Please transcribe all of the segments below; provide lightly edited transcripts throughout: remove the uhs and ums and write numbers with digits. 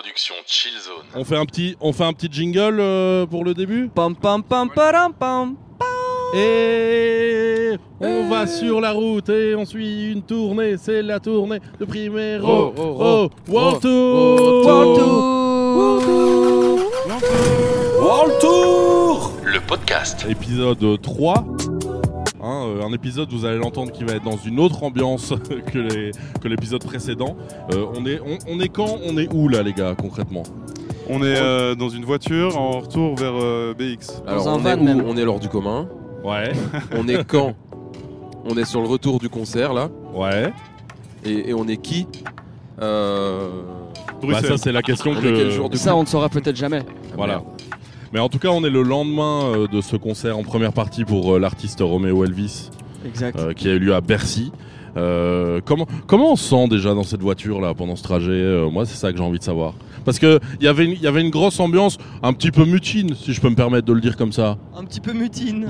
production Chill Zone. On fait un petit jingle pour le début. Pam pam pam param pam. Et on va sur la route et on suit une tournée, c'est la tournée de Primero. World Tour. Le podcast. Épisode 3. Un épisode, vous allez l'entendre, qui va être dans une autre ambiance que l'épisode précédent. On est quand, on est où là, les gars, concrètement? On est dans une voiture en retour vers BX. Alors un on van est où? même. On est lors du commun. Ouais. On est quand? On est sur le retour du concert là. Ouais. Et on est qui? Bruxelles. Ça, c'est la question On est quel jour du Ça, on ne saura peut-être jamais. Voilà. Merde. Mais en tout cas, on est le lendemain de ce concert en première partie pour l'artiste Romeo Elvis, Exact. qui a eu lieu à Bercy. Comment on se sent déjà dans cette voiture là pendant ce trajet? Moi, c'est ça que j'ai envie de savoir. Parce que il y avait une grosse ambiance, un petit peu mutine, si je peux me permettre de le dire comme ça. Un petit peu mutine.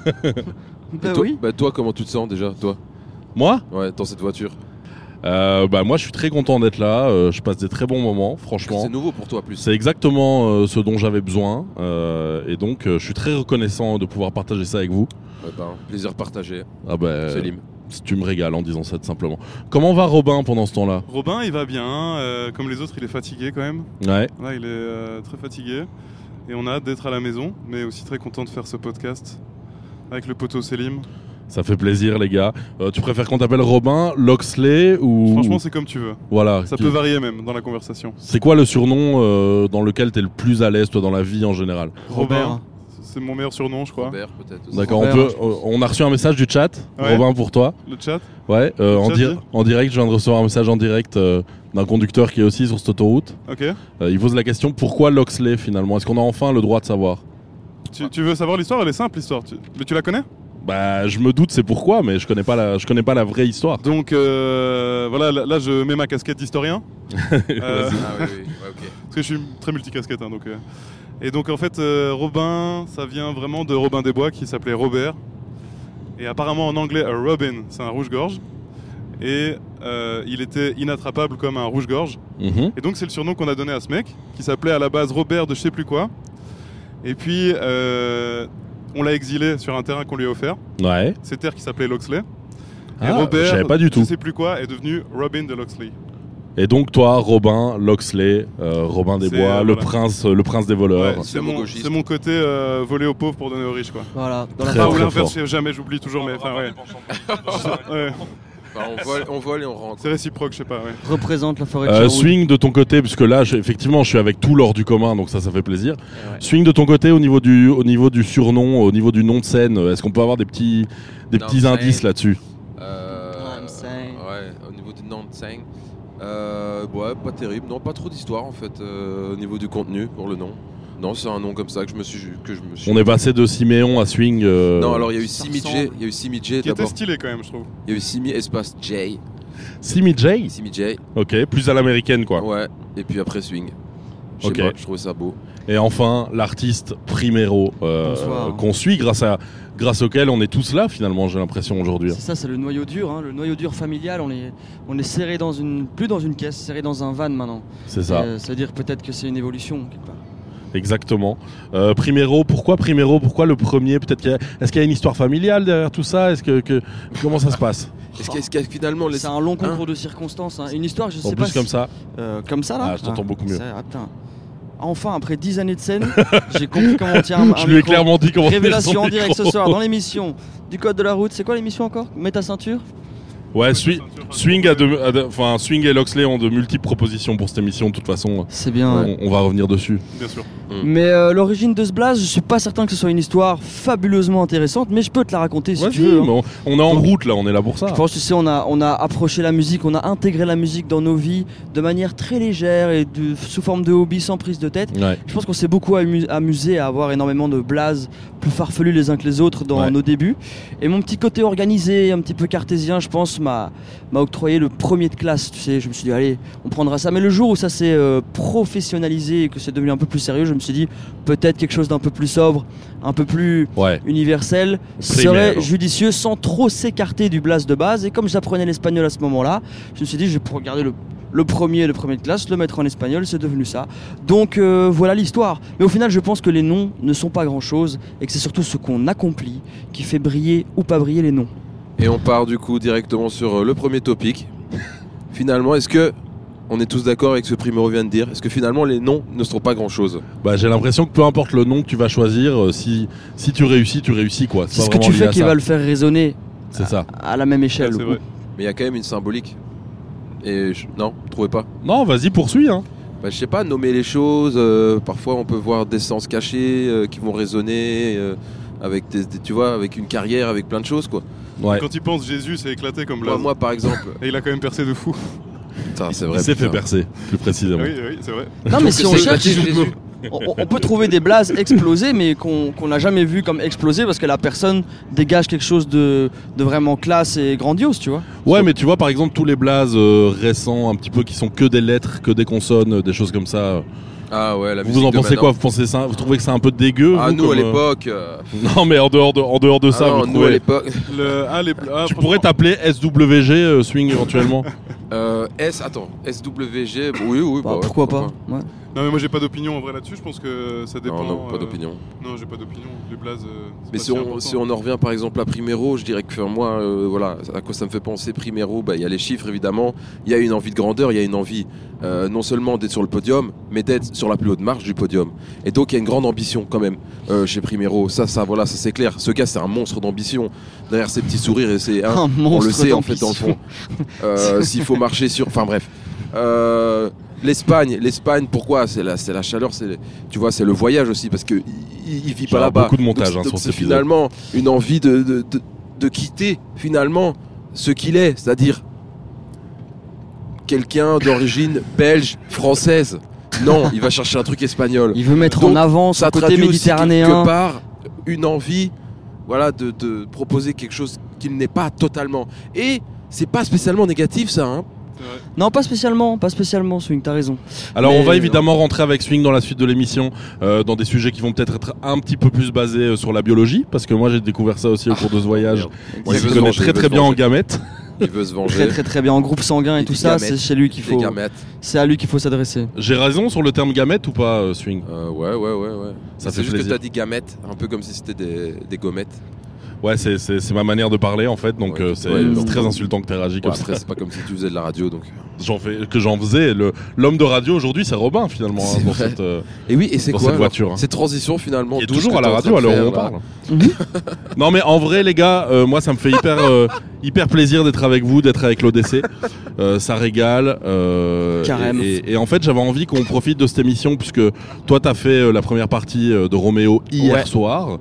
Et toi, toi, comment tu te sens déjà, toi? Moi, Ouais, dans cette voiture. moi, je suis très content d'être là. Je passe des très bons moments, franchement. C'est nouveau pour toi plus. C'est exactement ce dont j'avais besoin. Et donc, je suis très reconnaissant de pouvoir partager ça avec vous. Ouais, plaisir partagé. Ah bah, Selim. tu me régales en disant ça tout simplement. Comment va Robin pendant ce temps-là? Robin, il va bien. Comme les autres, il est fatigué quand même. Ouais. Là, il est très fatigué. Et on a hâte d'être à la maison, mais aussi très content de faire ce podcast avec le poteau Selim. Ça fait plaisir, les gars. Tu préfères qu'on t'appelle Robin, Loxley ou... Franchement, c'est comme tu veux. Voilà. Ça peut varier même dans la conversation. C'est quoi le surnom dans lequel t'es le plus à l'aise, toi, dans la vie en général? Robin, c'est mon meilleur surnom, je crois. Robert peut-être aussi. D'accord, Robert, on a reçu un message du chat, Ouais. Robin, pour toi. Le chat. Ouais, en chat dit. direct, je viens de recevoir un message en direct d'un conducteur qui est aussi sur cette autoroute. Ok. Il pose la question, pourquoi Loxley finalement? Est-ce qu'on a enfin le droit de savoir? Tu veux savoir l'histoire? Elle est simple, l'histoire. Mais tu la connais? Bah, je me doute c'est pourquoi, mais je connais pas la vraie histoire. Donc voilà, là je mets ma casquette d'historien. Ah oui, ouais, ok. Parce que je suis très multicasquette. Et donc en fait, Robin, ça vient vraiment de Robin des Bois qui s'appelait Robert. Et apparemment en anglais, a Robin, c'est un rouge-gorge. Et il était inattrapable comme un rouge-gorge. Mhm. Et donc c'est le surnom qu'on a donné à ce mec, qui s'appelait à la base Robert de je sais plus quoi. Et puis on l'a exilé sur un terrain qu'on lui a offert. Ouais. C'est terre qui s'appelait Loxley. Et Ah, Robert, je savais pas du tout. je sais plus quoi, est devenu Robin de Loxley. Et donc toi, Robin, Loxley, Robin des C'est, Bois, le voilà. prince des voleurs. Ouais, Islamo-gauchiste. c'est mon côté voler aux pauvres pour donner aux riches, quoi. Voilà. Dans Très la Ou très l'inverse, fort. jamais, j'oublie toujours, mais enfin, ouais. Ouais. Enfin, on vole et on rentre. C'est réciproque, je sais pas, ouais. représente la forêt de Sherwood. Swing de ton côté, puisque là, effectivement, je suis avec tout l'or du commun, donc ça fait plaisir. Ouais. Swing de ton côté au niveau du surnom, au niveau du nom de scène. Est-ce qu'on peut avoir des petits indices là-dessus? Ouais, au niveau du nom de scène. Ouais, pas terrible. Non, pas trop d'histoire en fait au niveau du contenu pour le nom. Non, c'est un nom comme ça que je me suis. On est passé de Siméon à Swing. Non, alors il y a eu Ça Simi J. ressemble. Il y a eu Simi J Qui était d'abord. stylé quand même, je trouve. Il y a eu Simi espace J. Simi J. Simi J. Ok, plus à l'américaine quoi. Ouais. Et puis après Swing. Je sais Ok. pas, je trouvais ça beau. Et enfin, l'artiste Primero, Bonsoir. qu'on suit grâce auquel on est tous là finalement, j'ai l'impression aujourd'hui. C'est ça, c'est le noyau dur, hein, le noyau dur familial. On est serré plus dans une caisse, serré dans un van maintenant. C'est ça. Ça veut dire peut-être que c'est une évolution quelque part. Exactement. Primero, pourquoi le premier? Est-ce qu'il y a une histoire familiale derrière tout ça? Comment ça se passe? Est-ce qu'il y a finalement les. C'est un long concours de circonstances, hein. Une histoire, je En sais pas. plus comme ça. Comme ça là. Ah, je t'entends beaucoup mieux. Putain. Enfin, après 10 années de scène, j'ai compris comment on tient un Je lui ai micro. clairement dit comment. Révélation tenir en son direct micro. ce soir dans l'émission du Code de la route. C'est quoi l'émission encore? Mets ta ceinture. Ouais, Swing et Loxley ont de multiples propositions pour cette émission. De toute façon, C'est bien. on va revenir dessus. Bien sûr. Mais l'origine de ce blaze, je suis pas certain que ce soit une histoire fabuleusement intéressante, mais je peux te la raconter si tu Vas-y, veux. hein. mais on est en route là, on est là pour ça. Je pense que tu sais, on a approché la musique, on a intégré la musique dans nos vies de manière très légère et sous forme de hobby, sans prise de tête. Ouais. Je pense qu'on s'est beaucoup amusé à avoir énormément de blazes plus farfelus les uns que les autres dans Ouais. nos débuts. Et mon petit côté organisé, un petit peu cartésien, je pense, m'a octroyé le premier de classe. Tu sais, je me suis dit, allez, on prendra ça. Mais le jour où ça s'est professionnalisé et que c'est devenu un peu plus sérieux, je me suis dit, peut-être quelque chose d'un peu plus sobre, un peu plus Ouais. universel serait Primero. judicieux sans trop s'écarter du blaze de base. Et comme j'apprenais l'espagnol à ce moment-là, je me suis dit, je vais garder le premier de classe, le mettre en espagnol, c'est devenu ça. Donc voilà l'histoire. Mais au final, je pense que les noms ne sont pas grand-chose et que c'est surtout ce qu'on accomplit qui fait briller ou pas briller les noms. Et on part du coup directement sur le premier topic. Finalement, est-ce que on est tous d'accord avec ce que Primero vient de dire? Est-ce que finalement les noms ne seront pas grand-chose? Bah, j'ai l'impression que peu importe le nom que tu vas choisir, si tu réussis quoi. C'est ce que tu fais qui va le faire résonner C'est ça. à la même échelle. Ouais, c'est vrai. Mais il y a quand même une symbolique. Et non, vous trouvez pas? Non, vas-y, poursuis. Hein. Bah, je sais pas, nommer les choses. Parfois, on peut voir des sens cachés qui vont résonner avec tu vois, avec une carrière, avec plein de choses quoi. Ouais. Quand il pense Jésus, c'est éclaté comme blaze. Moi, par exemple, Et il a quand même percé de fou. putain, c'est vrai. Il s'est fait putain. percer, plus précisément. Oui, c'est vrai. Non mais si on C'est le cherche, baptême de Jésus. on peut trouver des blazes explosées mais qu'on n'a jamais vu comme exploser parce que la personne dégage quelque chose de vraiment classe et grandiose, tu vois. Ouais, mais tu vois, par exemple, tous les blazes récents, un petit peu, qui sont que des lettres, que des consonnes, des choses comme ça. Ah ouais, la Vous musique en de pensez maintenant. quoi? Vous pensez ça? Vous trouvez que c'est un peu dégueu? Ah, vous, nous à comme, l'époque. Non, mais en dehors de ça, non, vous nous à trouvez. l'époque. Tu pourrais t'appeler SWG Swing éventuellement. SWG, oui, Bah, pourquoi pas. Ouais. Non, mais moi j'ai pas d'opinion en vrai là-dessus. Je pense que ça dépend. Non, pas d'opinion. Non, j'ai pas d'opinion. Les blazes. c'est Mais pas si on, important. si on en revient par exemple à Primero, je dirais que moi, voilà, à quoi ça me fait penser Primero, bah, y a les chiffres évidemment, il y a une envie de grandeur, il y a une envie non seulement d'être sur le podium, mais d'être sur la plus haute marche du podium. Et donc il y a une grande ambition quand même chez Primero, ça c'est clair. Ce gars c'est un monstre d'ambition, derrière ses petits sourires, et c'est Un on monstre le sait en fait dans le d'ambition. fond. S'il faut marcher sur... Enfin bref. L'Espagne, pourquoi? C'est la chaleur, tu vois, c'est le voyage aussi, parce que il vit pas là-bas. Beaucoup de montage Donc, sur c'est cet épisode. finalement une envie de quitter finalement ce qu'il est, c'est-à-dire quelqu'un d'origine belge, française. Non, il va chercher un truc espagnol. Il veut mettre Donc, en avant son Ça côté traduit aussi méditerranéen. quelque part une envie, voilà, de proposer quelque chose qu'il n'est pas totalement. Et c'est pas spécialement négatif ça, hein. C'est vrai. Non, pas spécialement, Swing, t'as raison. Alors Mais- on va évidemment rentrer avec Swing dans la suite de l'émission, dans des sujets qui vont peut-être être un petit peu plus basés sur la biologie, parce que moi j'ai découvert ça aussi au cours de ce voyage. Merde. Il Il s'y veut se connaît venger, très il veut très se bien en venger. gamètes. Il veut se Très venger. très très bien en groupe sanguin et Il tout dit ça, gamètes. c'est chez lui qu'il Les faut. gamètes. C'est à lui qu'il faut s'adresser. J'ai raison sur le terme gamète ou pas, Swing? Ouais. Ça C'est fait juste plaisir. que t'as dit gamètes, un peu comme si c'était des gommettes. Ouais, c'est ma manière de parler en fait, donc Ouais, c'est ouais, c'est donc- très insultant que t'aies réagi Ouais, comme après, ça. c'est pas comme si tu faisais de la radio, donc. J'en faisais. L'homme de radio aujourd'hui, c'est Robin finalement C'est dans vrai. cette, Et oui, et c'est dans quoi cette voiture. Hein. cette transition finalement? Il est tout ce toujours que à la t'es en radio train à de l'heure où on faire, là. parle. Non mais en vrai les gars, moi ça me fait hyper plaisir d'être avec vous, d'être avec l'ODC. Ça régale. Carrément. Et en fait j'avais envie qu'on profite de cette émission puisque toi t'as fait la première partie de Roméo hier Ouais. soir.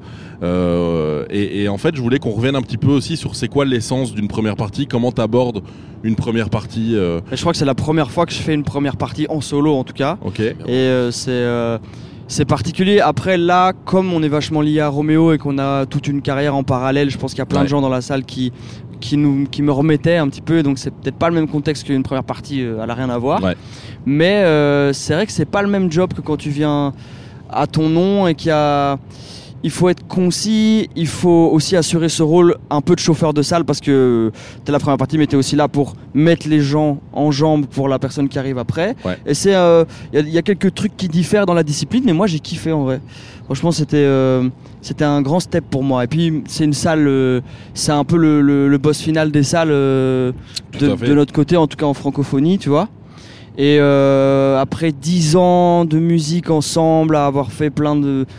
Et en fait je voulais qu'on revienne un petit peu aussi sur c'est quoi l'essence d'une première partie, comment t'abordes une première partie. Et je crois que c'est la première fois que je fais une première partie en solo en tout cas. Ok. Et c'est particulier. Après là, comme on est vachement lié à Roméo et qu'on a toute une carrière en parallèle, je pense qu'il y a plein Ouais. de gens dans la salle qui me remettaient un petit peu. Donc c'est peut-être pas le même contexte qu'une première partie, elle a rien à voir. Ouais. Mais c'est vrai que c'est pas le même job que quand tu viens à ton nom et il faut être concis, il faut aussi assurer ce rôle un peu de chauffeur de salle parce que t'es la première partie mais t'es aussi là pour mettre les gens en jambes pour la personne qui arrive après. Ouais. Et c'est il y a quelques trucs qui diffèrent dans la discipline mais moi j'ai kiffé en vrai. Franchement c'était un grand step pour moi et puis c'est une salle c'est un peu le boss final des salles Tout à fait. de notre côté en tout cas en francophonie, tu vois. Et après 10 ans de musique ensemble, à avoir fait plein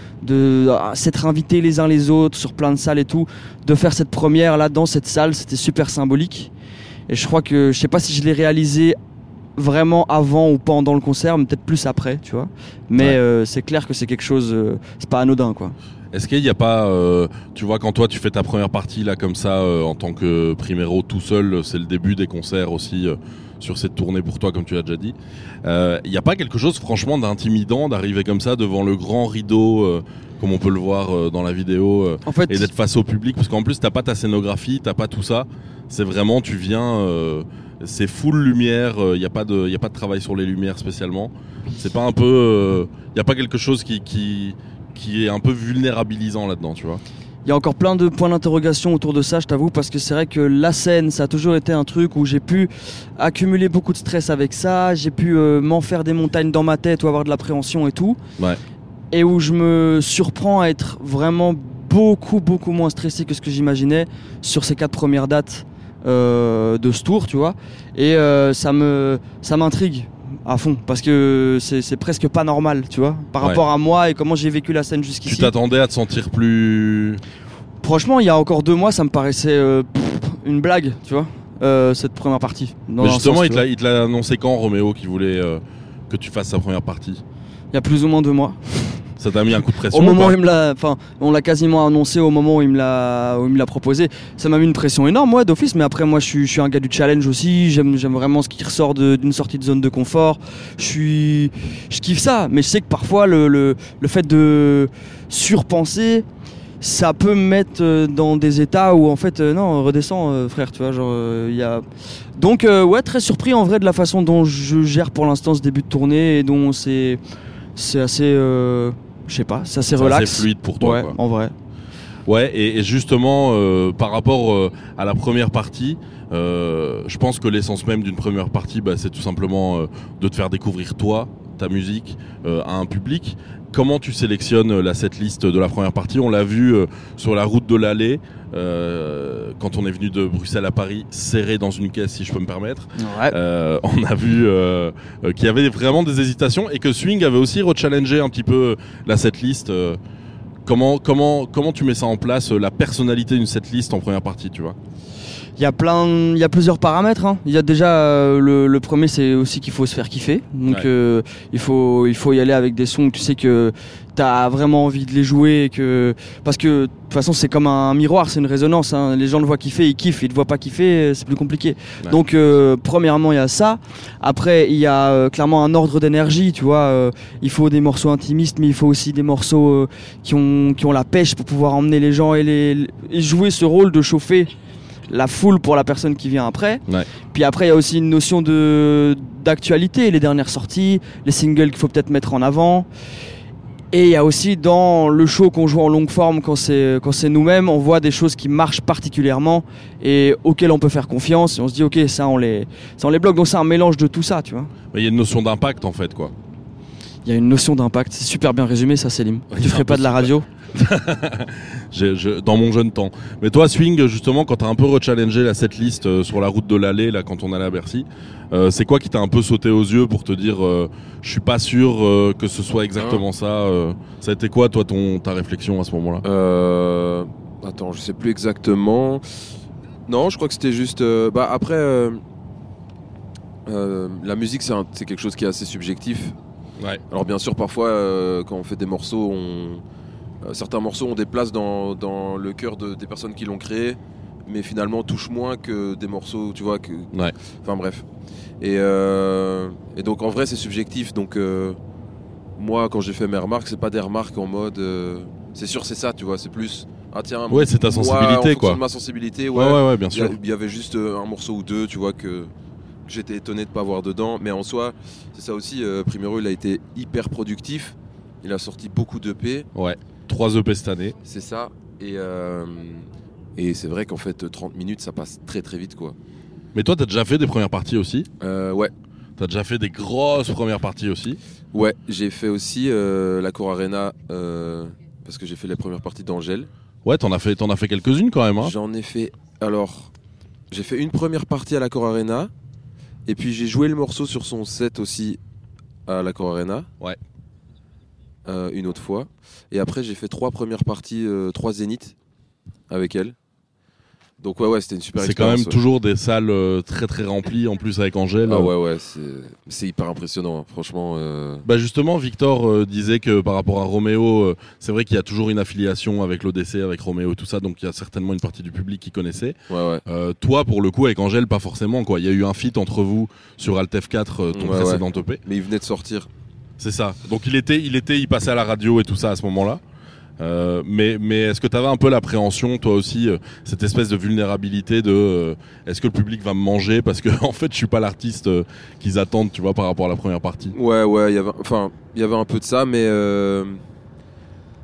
à s'être invités les uns les autres sur plein de salles et tout, de faire cette première là dans cette salle, c'était super symbolique. Et je crois que, je sais pas si je l'ai réalisé vraiment avant ou pendant le concert, mais peut-être plus après, tu vois. Mais c'est clair que c'est quelque chose, c'est pas anodin quoi. Est-ce qu'il n'y a pas, tu vois, quand toi tu fais ta première partie là comme ça en tant que primero tout seul, c'est le début des concerts aussi sur cette tournée pour toi comme tu l'as déjà dit. Il n'y a pas quelque chose franchement d'intimidant d'arriver comme ça devant le grand rideau comme on peut le voir dans la vidéo En fait, et d'être face au public parce qu'en plus t'as pas ta scénographie, t'as pas tout ça. C'est vraiment tu viens, c'est full lumière. Il n'y a pas de travail sur les lumières spécialement. C'est pas un peu, il n'y a pas quelque chose qui est un peu vulnérabilisant là-dedans, tu vois. il y a encore plein de points d'interrogation autour de ça, je t'avoue, parce que c'est vrai que la scène, ça a toujours été un truc où j'ai pu accumuler beaucoup de stress avec ça, j'ai pu m'en faire des montagnes dans ma tête ou avoir de l'appréhension et tout. Ouais. Et où je me surprends à être vraiment beaucoup moins stressé que ce que j'imaginais sur ces 4 premières dates de ce tour, tu vois. Et ça m'intrigue à fond, parce que c'est presque pas normal, tu vois, par rapport à moi et comment j'ai vécu la scène jusqu'ici. Tu t'attendais à te sentir plus... Franchement, il y a encore 2 mois, ça me paraissait une blague, tu vois, cette première partie. Mais justement, il te l'a annoncé quand, Roméo, qui voulait que tu fasses sa première partie? Il y a plus ou moins 2 mois. Ça t'a mis un coup de pression? Au moment où on l'a quasiment annoncé au moment où il me l'a proposé. Ça m'a mis une pression énorme, moi, d'office. Mais après, moi, je suis un gars du challenge aussi. J'aime vraiment ce qui ressort d'une sortie de zone de confort. Je kiffe ça. Mais je sais que parfois, le fait de surpenser, ça peut me mettre dans des états où, en fait, non, redescends, frère. Tu vois, Donc, ouais, très surpris en vrai de la façon dont je gère pour l'instant ce début de tournée et dont c'est assez. Je sais pas, c'est assez relax. C'est fluide pour toi, ouais, quoi. En vrai. Ouais, et justement, par rapport à la première partie, je pense que l'essence même d'une première partie, c'est tout simplement de te faire découvrir toi, ta musique, à un public. Comment tu sélectionnes la setlist de la première partie? On l'a vu sur la route de l'Allée, quand on est venu de Bruxelles à Paris, serré dans une caisse, si je peux me permettre. Ouais. On a vu qu'il y avait vraiment des hésitations et que Swing avait aussi rechallengé un petit peu la setlist. Comment tu mets ça en place, la personnalité d'une setlist en première partie, tu vois? Il y a plusieurs paramètres, hein. Il y a déjà le premier, c'est aussi qu'il faut se faire kiffer. Donc il faut y aller avec des sons où tu sais que t'as vraiment envie de les jouer parce que de toute façon c'est comme un miroir, c'est une résonance, hein. Les gens le voient kiffer, ils kiffent, ils te voient pas kiffer, c'est plus compliqué. Ouais. Donc premièrement il y a ça. Après il y a clairement un ordre d'énergie, tu vois. Il faut des morceaux intimistes, mais il faut aussi des morceaux qui ont la pêche pour pouvoir emmener les gens et jouer ce rôle de chauffer la foule pour la personne qui vient après. Ouais. Puis après il y a aussi une notion d'actualité, les dernières sorties, les singles qu'il faut peut-être mettre en avant. Et il y a aussi dans le show qu'on joue en longue forme, quand c'est nous-mêmes, on voit des choses qui marchent particulièrement et auxquelles on peut faire confiance. Et on se dit ok, ça on les bloque. Donc c'est un mélange de tout ça, tu vois. Il y a une notion d'impact en fait, quoi. Il y a une notion d'impact, c'est super bien résumé ça, Selim. Tu ferais pas de la radio? Dans mon jeune temps. Mais toi, Swing, justement, quand t'as un peu rechallengé la setlist sur la route de l'Allée, là, quand on allait à Bercy, c'est quoi qui t'a un peu sauté aux yeux pour te dire je suis pas sûr que ce soit exactement ça? Ça a été quoi, toi, ta réflexion à ce moment-là? Attends, je sais plus exactement. Non, je crois que c'était juste. Après, la musique, c'est quelque chose qui est assez subjectif. Ouais. Alors bien sûr, parfois, quand on fait des morceaux, certains morceaux ont des places dans le cœur des personnes qui l'ont créé, mais finalement touchent moins que des morceaux, tu vois. Ouais. Enfin bref. Et donc en vrai, c'est subjectif. Donc moi, quand j'ai fait mes remarques, c'est pas des remarques en mode. C'est sûr, c'est ça, tu vois. C'est plus. Ah tiens. Ouais, c'est ta sensibilité, moi, quoi. De ma sensibilité, ouais, bien sûr. Il y avait juste un morceau ou deux, tu vois, que j'étais étonné de pas voir dedans. Mais en soi, c'est ça aussi. Primero, il a été hyper productif. Il a sorti beaucoup d'EP. Ouais. 3 EP cette année. C'est ça. Et c'est vrai qu'en fait, 30 minutes, ça passe très très vite, quoi. Mais toi, t'as déjà fait des premières parties aussi? Ouais. T'as déjà fait des grosses premières parties aussi? Ouais, j'ai fait aussi la Cour Arena parce que j'ai fait les premières parties d'Angèle. Ouais, t'en as fait quelques-unes quand même, hein? J'en ai fait. Alors, j'ai fait une première partie à la Cour Arena et puis j'ai joué le morceau sur son set aussi à la Cour Arena. Ouais. Une autre fois. Et après, j'ai fait 3 premières parties, 3 zéniths avec elle. Donc ouais, c'était une super expérience. C'est quand même toujours des salles très très remplies, en plus avec Angèle. Ah ouais, c'est hyper impressionnant, hein, franchement. Justement, Victor disait que par rapport à Roméo, c'est vrai qu'il y a toujours une affiliation avec l'ODC, avec Roméo et tout ça, donc il y a certainement une partie du public qui connaissait. Ouais. Toi, pour le coup, avec Angèle, pas forcément, quoi. Il y a eu un feat entre vous sur Altef 4, ton précédent EP. Mais il venait de sortir. C'est ça. Donc il passait à la radio et tout ça à ce moment-là. Mais est-ce que tu avais un peu l'appréhension, toi aussi, cette espèce de vulnérabilité de est-ce que le public va me manger parce que en fait je suis pas l'artiste qu'ils attendent, tu vois, par rapport à la première partie? Ouais, il y avait un peu de ça, mais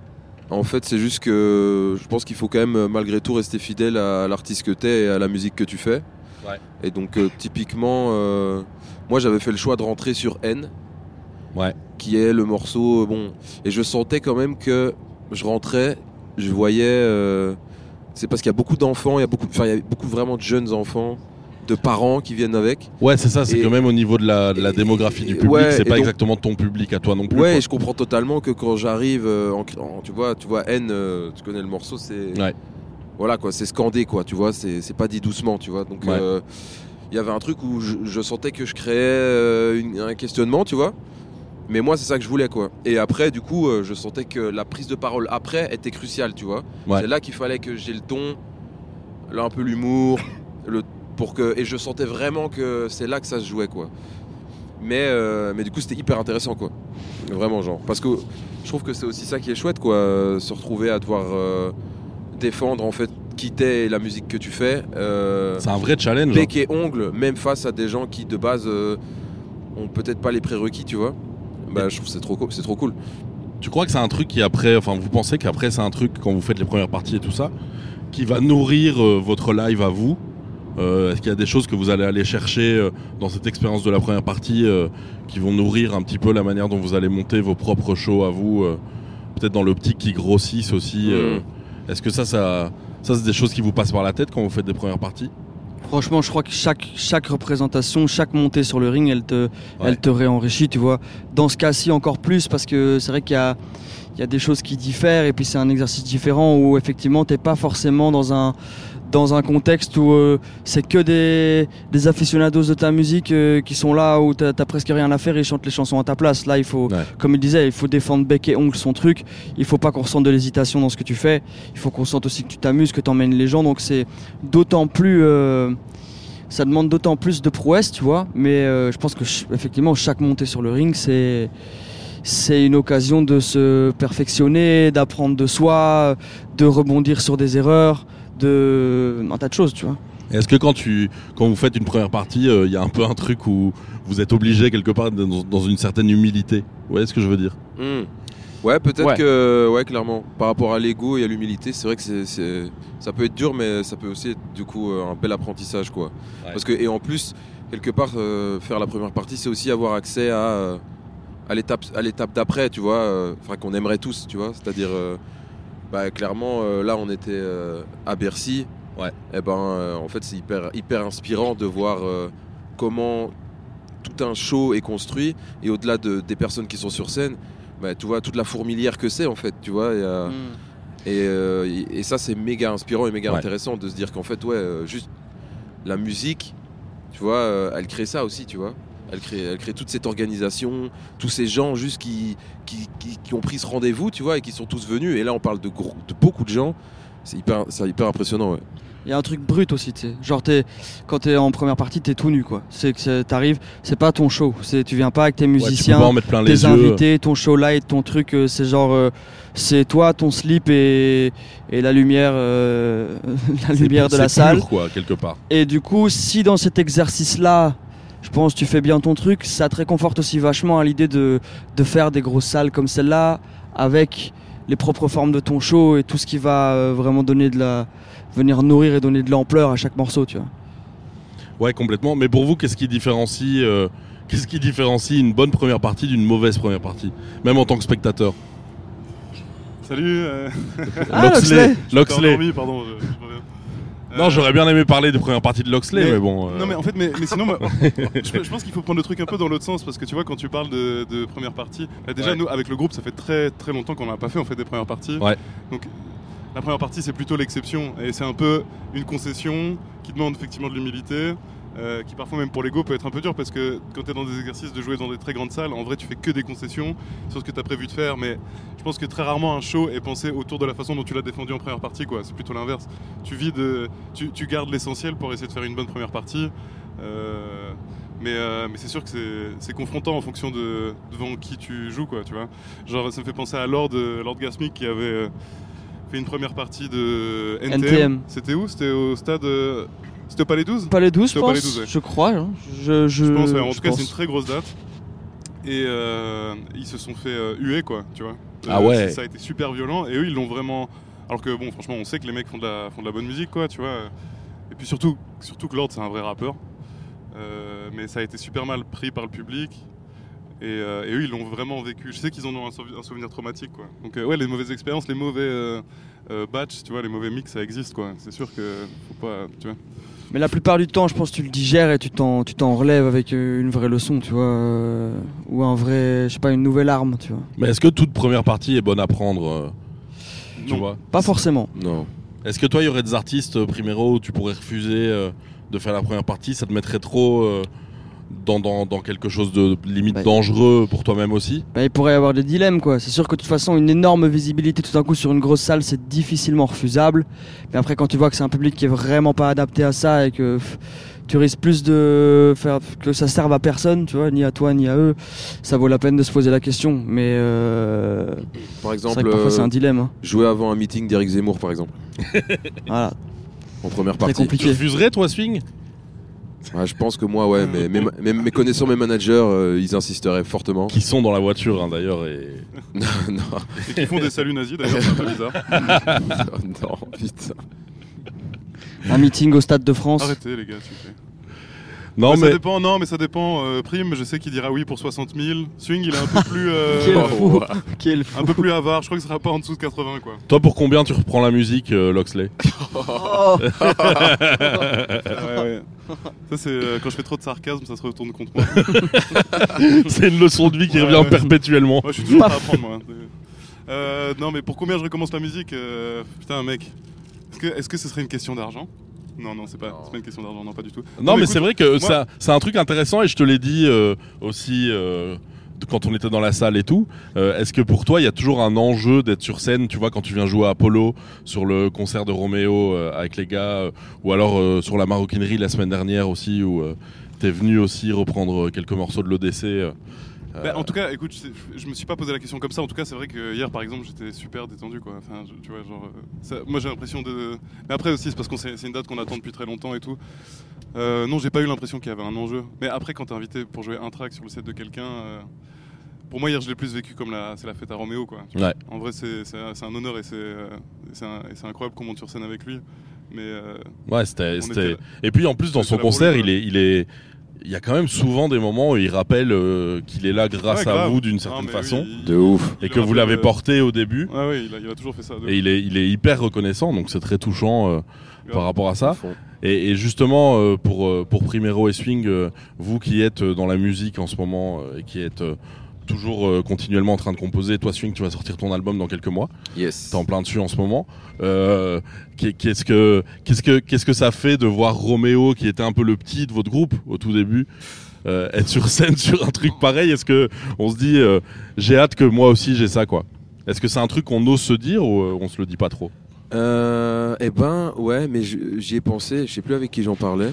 En fait, c'est juste que je pense qu'il faut quand même malgré tout rester fidèle à l'artiste que t'es et à la musique que tu fais. Ouais. Et donc typiquement, moi j'avais fait le choix de rentrer sur N, Ouais. qui est le morceau bon. Et je sentais quand même que je rentrais, je voyais. C'est parce qu'il y a beaucoup d'enfants, il y a beaucoup vraiment de jeunes enfants, de parents qui viennent avec. Ouais, c'est ça, c'est Et- que même au niveau de la démographie du public, ouais, c'est et pas donc- exactement ton public à toi non plus. Ouais, quoi. et je comprends totalement que quand j'arrive, tu vois N, tu connais le morceau, c'est Ouais. voilà quoi, c'est scandé quoi, tu vois, c'est pas dit doucement, tu vois. Donc Ouais. il y avait un truc où je sentais que je créais un questionnement, tu vois. Mais moi, c'est ça que je voulais quoi. Et après, du coup, je sentais que la prise de parole après était cruciale, tu vois. Ouais. C'est là qu'il fallait que j'ai le ton, là un peu l'humour, et je sentais vraiment que c'est là que ça se jouait quoi. Mais du coup, c'était hyper intéressant quoi. Vraiment genre, parce que je trouve que c'est aussi ça qui est chouette quoi, se retrouver à devoir défendre en fait qui t'es et la musique que tu fais. C'est un vrai challenge. Bec et ongles, même face à des gens qui de base ont peut-être pas les prérequis, tu vois. Bah, je trouve que c'est trop cool. Tu crois que c'est un truc qui après, enfin vous pensez qu'après c'est un truc quand vous faites les premières parties et tout ça, qui va nourrir votre live à vous? Est-ce qu'il y a des choses que vous allez aller chercher dans cette expérience de la première partie qui vont nourrir un petit peu la manière dont vous allez monter vos propres shows à vous, peut-être dans l'optique qui grossissent aussi Est-ce que ça c'est des choses qui vous passent par la tête quand vous faites des premières parties? Franchement, je crois que chaque représentation, chaque montée sur le ring, elle te réenrichit, tu vois. Dans ce cas-ci, encore plus, parce que c'est vrai qu'il y a des choses qui diffèrent, et puis c'est un exercice différent où effectivement, t'es pas forcément dans un contexte où c'est que des aficionados de ta musique qui sont là, où t'as presque rien à faire et ils chantent les chansons à ta place. Là, il faut, comme il disait, il faut défendre bec et ongle son truc. Il faut pas qu'on ressente de l'hésitation dans ce que tu fais. Il faut qu'on sente aussi que tu t'amuses, que t'emmènes les gens. Donc c'est d'autant plus... ça demande d'autant plus de prouesse, tu vois. Mais je pense que effectivement, chaque montée sur le ring, c'est une occasion de se perfectionner, d'apprendre de soi, de rebondir sur des erreurs, un tas de choses, tu vois. Est-ce que quand vous faites une première partie, il y a un peu un truc où vous êtes obligé quelque part dans une certaine humilité? Vous voyez ce que je veux dire? Ouais, peut-être Ouais. que, ouais, clairement. Par rapport à l'ego et à l'humilité, c'est vrai que ça peut être dur, mais ça peut aussi être du coup un bel apprentissage, quoi. Ouais. Parce que, et en plus, quelque part, faire la première partie, c'est aussi avoir accès à l'étape d'après, tu vois, enfin qu'on aimerait tous, tu vois. C'est-à-dire, clairement, là, on était à Bercy. Ouais. Et en fait, c'est hyper inspirant de voir comment tout un show est construit, et au-delà des personnes qui sont sur scène, tu vois toute la fourmilière que c'est en fait, tu vois. Et ça, c'est méga inspirant et méga intéressant de se dire qu'en fait, juste la musique, tu vois, elle crée ça aussi, tu vois. Elle crée toute cette organisation, tous ces gens juste qui ont pris ce rendez-vous, tu vois, et qui sont tous venus. Et là, on parle de beaucoup de gens. C'est hyper impressionnant, ouais. Il y a un truc brut aussi, tu sais. Genre, quand t'es en première partie, t'es tout nu, quoi. C'est que t'arrives, c'est pas ton show. Tu viens pas avec tes Tu peux musiciens, pas en mettre plein les tes yeux. invités, ton show light, ton truc. C'est genre, c'est toi, ton slip et la lumière, la lumière de la C'est salle. pur, quoi, quelque part. Et du coup, si dans cet exercice-là, je pense tu fais bien ton truc, ça te réconforte aussi vachement à l'idée de faire des grosses salles comme celle-là, avec les propres formes de ton show et tout ce qui va vraiment venir nourrir et donner de l'ampleur à chaque morceau, tu vois. Ouais, complètement. Mais pour vous, qu'est-ce qui différencie une bonne première partie d'une mauvaise première partie, même en tant que spectateur? Salut. Loxley. J'étais endormi, pardon. Je reviens. Non, j'aurais bien aimé parler des premières parties de Loxley, mais bon. Non, mais en fait, mais sinon, moi, je pense qu'il faut prendre le truc un peu dans l'autre sens, parce que tu vois, quand tu parles de première partie, déjà, nous, avec le groupe, ça fait très très longtemps qu'on n'a pas fait, on fait des premières parties. Ouais. Donc, la première partie, c'est plutôt l'exception, et c'est un peu une concession qui demande effectivement de l'humilité. Qui parfois même pour l'ego peut être un peu dur, parce que quand tu es dans des exercices de jouer dans des très grandes salles, en vrai tu fais que des concessions sur ce que tu as prévu de faire, mais je pense que très rarement un show est pensé autour de la façon dont tu l'as défendu en première partie, quoi. C'est plutôt l'inverse. Tu gardes l'essentiel pour essayer de faire une bonne première partie, mais c'est sûr que c'est confrontant en fonction de devant qui tu joues, quoi, tu vois. Genre, ça me fait penser à Lord Gasmic qui avait fait une première partie de NTM. C'était où? C'était au stade... C'était au Palais 12 ? Palais 12, je C'était au Palais pense, 12, ouais. je crois. Hein. Je pense, ouais. En tout cas, pense. c'est une très grosse date. Et ils se sont fait huer, quoi, tu vois. Ah ouais. Ça a été super violent et eux ils l'ont vraiment. Alors que bon, franchement, on sait que les mecs font de la bonne musique, quoi, tu vois. Et puis surtout que Lord c'est un vrai rappeur. Mais ça a été super mal pris par le public. Et eux ils l'ont vraiment vécu. Je sais qu'ils en ont un souvenir traumatique, quoi. Donc ouais, les mauvaises expériences, les mauvais batchs, tu vois, les mauvais mix, ça existe, quoi. C'est sûr que faut pas, tu vois. Mais la plupart du temps, je pense que tu le digères et tu t'en relèves avec une vraie leçon, tu vois, ou un vrai, je sais pas, une nouvelle arme, tu vois. Mais est-ce que toute première partie est bonne à prendre tu Non. vois Pas forcément. Non. Est-ce que toi, il y aurait des artistes Primero où tu pourrais refuser de faire la première partie? Ça te mettrait trop dans quelque chose de limite Bah, dangereux pour toi-même aussi? Bah, il pourrait y avoir des dilemmes, quoi. C'est sûr que de toute façon, une énorme visibilité tout d'un coup sur une grosse salle, c'est difficilement refusable. Mais après, quand tu vois que c'est un public qui est vraiment pas adapté à ça et que tu risques plus de faire que ça serve à personne, tu vois, ni à toi ni à eux, ça vaut la peine de se poser la question. Mais Par c'est exemple, vrai que parfois c'est un dilemme. Hein. jouer avant un meeting d'Éric Zemmour, par exemple, Voilà. en première Très partie. Tu compliqué. refuserais, toi, Swing? Ouais, je pense que moi, ouais, mais connaissant mes managers, ils insisteraient fortement. Qui sont dans la voiture, hein, d'ailleurs. Et... non, Et qui font des saluts nazis, d'ailleurs, c'est un peu bizarre. non, putain. Un meeting au Stade de France. Arrêtez, les gars, s'il vous plaît. Non, Ouais, mais... ça dépend. Prime, je sais qu'il dira oui pour 60 000. Swing, il est un peu plus, Quel fou. Quel fou. un peu plus avare. Je crois qu'il sera pas en dessous de 80, quoi. Toi, pour combien tu reprends la musique, Loxley? Oh. Ouais. Ça, c'est quand je fais trop de sarcasme, ça se retourne contre moi. C'est une leçon de vie qui Ouais, revient ouais. perpétuellement. Moi, je suis toujours prêt à apprendre, moi. Non, mais pour combien je recommence la musique Putain, mec. Est-ce que ce serait une question d'argent? Non, c'est pas une question d'argent, non, pas du tout. Non, mais écoute, c'est vrai que moi- c'est un truc intéressant et je te l'ai dit aussi quand on était dans la salle et tout. Est-ce que pour toi, il y a toujours un enjeu d'être sur scène, tu vois, quand tu viens jouer à Apollo, sur le concert de Roméo avec les gars, ou alors sur la maroquinerie la semaine dernière aussi, où t'es venu aussi reprendre quelques morceaux de l'Odyssée. Bah, en tout cas, écoute, je me suis pas posé la question comme ça. En tout cas, c'est vrai que hier, par exemple, j'étais super détendu, quoi. Enfin, tu vois, genre, moi, j'ai l'impression de. Mais après aussi, c'est parce que c'est une date qu'on attend depuis très longtemps et tout. Non, j'ai pas eu l'impression qu'il y avait un enjeu. Mais après, quand t'es invité pour jouer un track sur le set de quelqu'un, pour moi, hier, je l'ai plus vécu comme c'est la fête à Roméo, quoi. Ouais. En vrai, c'est un honneur et c'est incroyable qu'on monte sur scène avec lui. Mais Ouais, c'était. était- Et puis en plus, dans on son était là pour concert, lui, il y a quand même souvent des moments où il rappelle qu'il est là grâce Ouais, à grave. vous d'une Non, certaine mais façon. oui, De ouf. Et il que vous rappelle, l'avez porté au début. Ouais, oui, il a toujours fait ça. Et il est hyper reconnaissant, donc c'est très touchant par rapport à ça. À fond. Et justement, pour Primero et Swing, vous qui êtes dans la musique en ce moment et qui êtes toujours continuellement en train de composer, toi Swing, tu vas sortir ton album dans quelques mois. Yes. T'es en plein dessus en ce moment. Qu'est-ce que ça fait de voir Roméo, qui était un peu le petit de votre groupe au tout début, être sur scène sur un truc pareil? Est-ce que on se dit j'ai hâte que moi aussi j'ai ça, quoi? Est-ce que c'est un truc qu'on ose se dire ou on se le dit pas trop? Eh ben, ouais, mais j'y ai pensé. Je sais plus avec qui j'en parlais.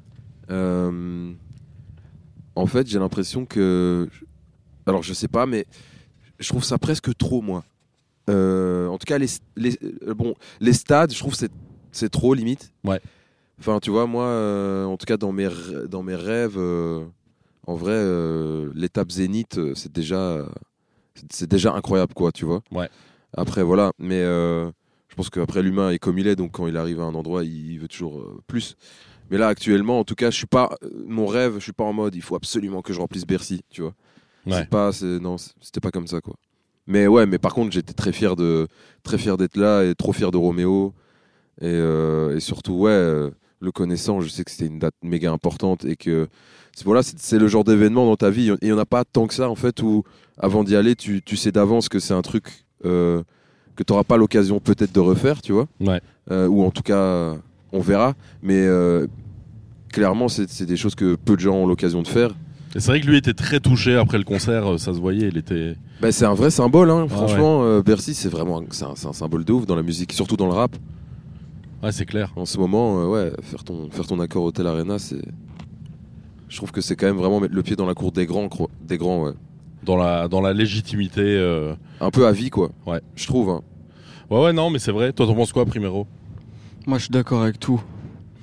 En fait, j'ai l'impression que. Alors, je sais pas, mais je trouve ça presque trop, moi. En tout cas, les stades, je trouve que c'est trop limite. Ouais. Enfin, tu vois, moi, en tout cas, dans mes rêves, en vrai, l'étape Zénith, c'est déjà incroyable, quoi, tu vois. Ouais. Après, voilà. Mais je pense qu'après, l'humain est comme il est, donc quand il arrive à un endroit, il veut toujours plus. Mais là, actuellement, en tout cas, je suis pas. Mon rêve, je suis pas en mode, il faut absolument que je remplisse Bercy, tu vois. Ouais. Non, c'était pas comme ça, quoi. Mais ouais, mais par contre, j'étais très fier d'être là et trop fier de Roméo. Et surtout, ouais, le connaissant, je sais que c'était une date méga importante et que c'est le genre d'événement dans ta vie. Et il n'y en a pas tant que ça, en fait, où avant d'y aller, tu sais d'avance que c'est un truc que tu n'auras pas l'occasion peut-être de refaire, tu vois. Ouais. Ou en tout cas, on verra. Mais clairement, c'est des choses que peu de gens ont l'occasion de faire. Et c'est vrai que lui était très touché après le concert, ça se voyait, il était... Bah, c'est un vrai symbole, hein. Ah, Franchement, Bercy, c'est un symbole de ouf dans la musique, surtout dans le rap. Ouais, c'est clair. En ce moment, ouais, faire ton accord Hotel Arena, je trouve que c'est quand même vraiment mettre le pied dans la cour des grands, ouais. Dans la légitimité... Un peu à vie, quoi. Ouais. Je trouve, hein. Ouais, non, mais c'est vrai. Toi, t'en penses quoi, Primero? Moi, je suis d'accord avec tout.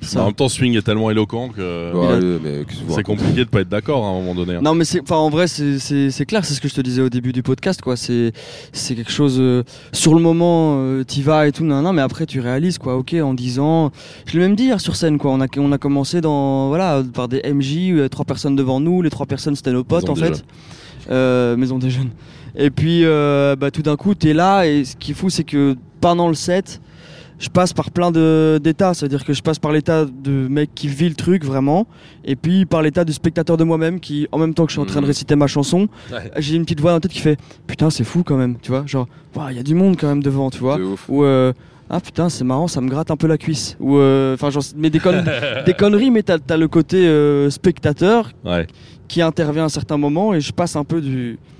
En même temps, Swing est tellement éloquent que Bon, allez, mais qu'est-ce que vous c'est racontez compliqué de pas être d'accord hein, à un moment donné. Hein. Non mais en vrai c'est clair, c'est ce que je te disais au début du podcast quoi. C'est quelque chose sur le moment t'y vas et tout non mais après tu réalises quoi. Ok en 10 ans, je l'ai même dit hier sur scène quoi. On a commencé par des MJ, 3 personnes devant nous, les 3 personnes c'était nos potes Maison en des fait. Maison des jeunes. Et puis tout d'un coup t'es là et ce qui est fou c'est que pendant le set je passe par plein d'états, c'est-à-dire que je passe par l'état de mec qui vit le truc vraiment, et puis par l'état du spectateur de moi-même qui, en même temps que je suis en train de réciter ma chanson, j'ai une petite voix dans la tête qui fait putain c'est fou quand même, tu vois, genre il y a du monde quand même devant, tu vois, C'est ouf. ou ah putain c'est marrant, ça me gratte un peu la cuisse, ou mais des conneries, mais t'as le côté spectateur Ouais. qui intervient à certains moments et je passe un peu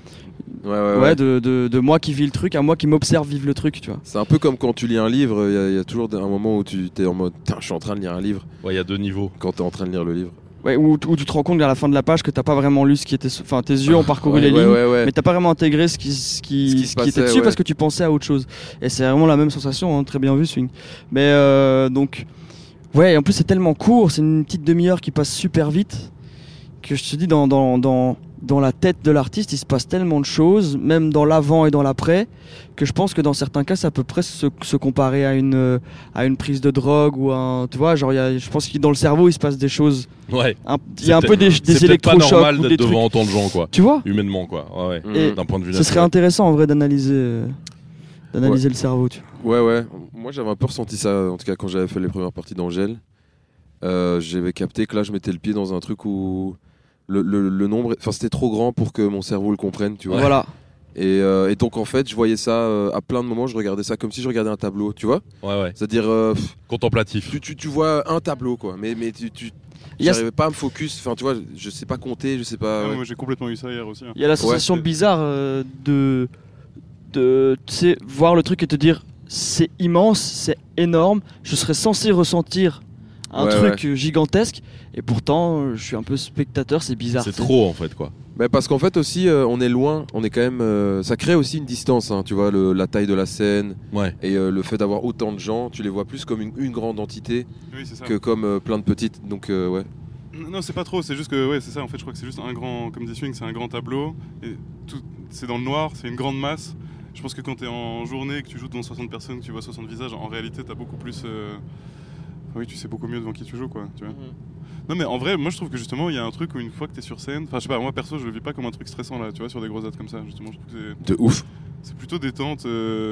de moi qui vis le truc à moi qui m'observe vivre le truc, tu vois. C'est un peu comme quand tu lis un livre, il y a toujours un moment où tu es en mode putain, je suis en train de lire un livre. Ouais, il y a 2 niveaux. Quand tu es en train de lire le livre. Ouais, où tu te rends compte à la fin de la page que t'as pas vraiment lu ce qui était, enfin tes yeux ont parcouru les lignes, mais t'as pas vraiment intégré ce qui se passait, était dessus parce que tu pensais à autre chose. Et c'est vraiment la même sensation, hein, très bien vu Swing. Mais donc ouais, en plus c'est tellement court, c'est une petite demi-heure qui passe super vite que je te dis dans la tête de l'artiste, il se passe tellement de choses, même dans l'avant et dans l'après, que je pense que dans certains cas, ça peut presque se comparer à une prise de drogue ou tu vois, genre, je pense que dans le cerveau, il se passe des choses. Ouais. Il y a un peu des électrochocs. C'est pas normal ou des d'être trucs. devant autant de gens, quoi. Tu vois? Humainement, quoi. Ouais. Et D'un point de vue ce serait naturel. intéressant en vrai d'analyser le cerveau, tu vois. Ouais. Moi, j'avais un peu ressenti ça, en tout cas, quand j'avais fait les premières parties d'Angèle. J'avais capté que là, je mettais le pied dans un truc où le nombre, enfin, c'était trop grand pour que mon cerveau le comprenne, tu vois. Voilà. Et donc, en fait, je voyais ça à plein de moments, je regardais ça comme si je regardais un tableau, tu vois. Ouais. C'est-à-dire, Contemplatif. tu vois un tableau, quoi, mais j'arrivais pas à me focus, enfin, tu vois, je sais pas compter, je sais pas. Moi j'ai complètement eu ça hier aussi. Hein. Il y a la sensation bizarre de tu sais, voir le truc et te dire c'est immense, c'est énorme, je serais censé ressentir un truc gigantesque et pourtant je suis un peu spectateur, c'est bizarre. C'est trop en fait, quoi. Mais parce qu'en fait aussi, on est loin, on est quand même. Ça crée aussi une distance, hein, tu vois, la taille de la scène et le fait d'avoir autant de gens, tu les vois plus comme une grande entité que comme plein de petites. Donc, ouais. Non, c'est pas trop, c'est juste que, c'est ça, en fait, je crois que c'est juste un grand, comme dit Swing, c'est un grand tableau, et c'est dans le noir, c'est une grande masse. Je pense que quand t'es en journée et que tu joues devant 60 personnes, que tu vois 60 visages, en réalité, t'as beaucoup plus. Oui, tu sais beaucoup mieux devant qui tu joues, quoi, tu vois. Non, mais en vrai, moi je trouve que justement, il y a un truc où une fois que t'es sur scène, enfin, je sais pas, moi perso, je le vis pas comme un truc stressant là, tu vois, sur des grosses dates comme ça, justement, je trouve que De ouf. c'est plutôt détente.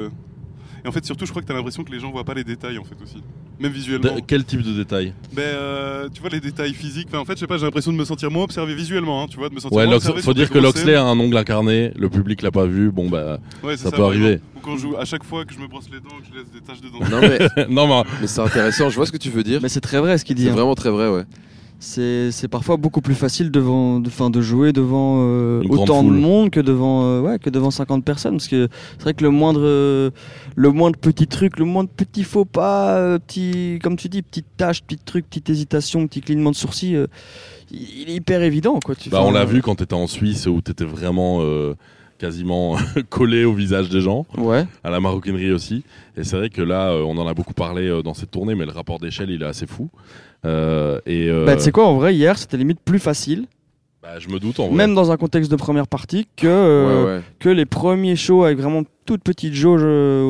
Et en fait, surtout, je crois que t'as l'impression que les gens voient pas les détails, en fait, aussi. Même visuellement. Quel type de détail? Tu vois, les détails physiques. Enfin, en fait, je sais pas, j'ai l'impression de me sentir moins observé visuellement, hein, tu vois, de me sentir Ouais, moins observé. faut dire que Loxley a un ongle incarné, le public l'a pas vu, bon bah, ça peut arriver. Ou quand je joue, à chaque fois que je me brosse les dents, que je laisse des taches de dents. Non, mais c'est intéressant, je vois ce que tu veux dire. Mais c'est très vrai ce qu'il dit. C'est vraiment très vrai, ouais. C'est parfois beaucoup plus facile de jouer devant autant de foule. monde que devant 50 personnes, parce que c'est vrai que le moindre petit truc, le moindre petit faux pas, comme tu dis, petite tâche, petit truc, petite hésitation, petit clignement de sourcil, il est hyper évident, quoi. On l'a vu quand t'étais en Suisse où t'étais vraiment quasiment collé au visage des gens, à la maroquinerie aussi. Et c'est vrai que là, on en a beaucoup parlé dans cette tournée, mais le rapport d'échelle, il est assez fou. Tu sais quoi, en vrai, hier, c'était limite plus facile. Je me doute, en vrai. Même dans un contexte de première partie, que les premiers shows avec vraiment toute petite jauge,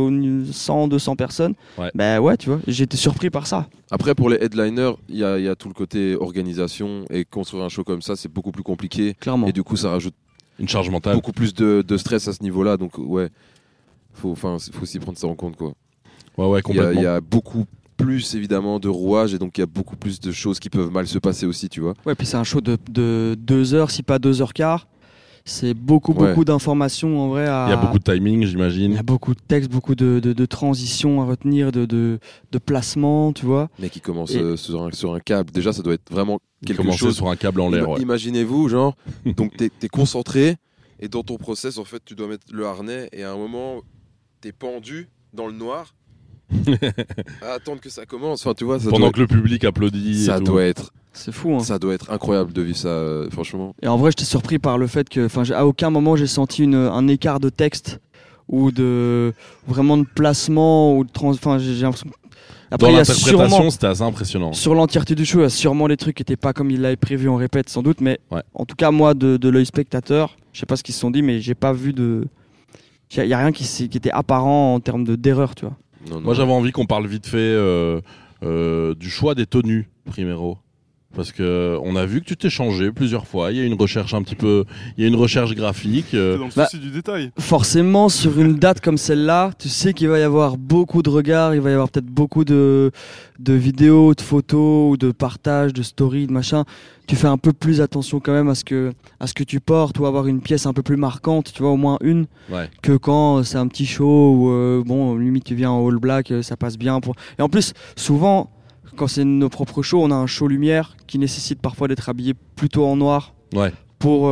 100-200 personnes. Tu vois, j'ai été surpris par ça. Après, pour les headliners, il y a tout le côté organisation, et construire un show comme ça, c'est beaucoup plus compliqué. Clairement. Et du coup, ça rajoute une charge mentale. Beaucoup plus de stress à ce niveau-là, donc faut s'y prendre ça en compte, quoi. Ouais, complètement. Il y a beaucoup plus évidemment de rouages et donc il y a beaucoup plus de choses qui peuvent mal se passer aussi, tu vois. Ouais, puis c'est un show de 2 heures, si pas 2h15. C'est beaucoup d'informations en vrai. Il y a beaucoup de timing, j'imagine. Il y a beaucoup de textes, beaucoup de transitions à retenir, de placements, tu vois. Mais qui commence sur un câble. Déjà, ça doit être vraiment quelque chose. chose sur un câble en l'air. Imaginez-vous, genre, donc t'es concentré et dans ton process, en fait, tu dois mettre le harnais et à un moment, t'es pendu dans le noir. À attendre que ça commence. Enfin, tu vois, pendant que le public applaudit. Ça doit être. C'est fou, hein. Ça doit être incroyable de vivre ça, franchement. Et en vrai, j'étais surpris par le fait que, à aucun moment j'ai senti un écart de texte ou de vraiment de placement ou de j'ai l'impression. Après, Dans il y a l'interprétation, sûrement, c'était assez impressionnant. sur l'entièreté du show, il y a sûrement des trucs qui n'étaient pas comme il l'avait prévu, on répète sans doute, mais Ouais. en tout cas, moi, de l'œil spectateur, je sais pas ce qu'ils se sont dit, mais j'ai pas vu de. Il n'y a rien qui était apparent en termes d'erreur, tu vois. Non, Moi, j'avais envie qu'on parle vite fait du choix des tenues, Primero. Parce que on a vu que tu t'es changé plusieurs fois. Il y a une recherche il y a une recherche graphique. C'est dans le Bah, souci du détail. Forcément, sur une date comme celle-là, tu sais qu'il va y avoir beaucoup de regards, il va y avoir peut-être beaucoup de vidéos, de photos, ou de partages, de stories, de machin. Tu fais un peu plus attention quand même à ce que tu portes, ou avoir une pièce un peu plus marquante, tu vois, au moins une, Ouais. que quand c'est un petit show où, bon, limite tu viens en all black, ça passe bien. Et en plus, souvent, quand c'est nos propres shows, on a un show lumière qui nécessite parfois d'être habillé plutôt en noir Ouais. pour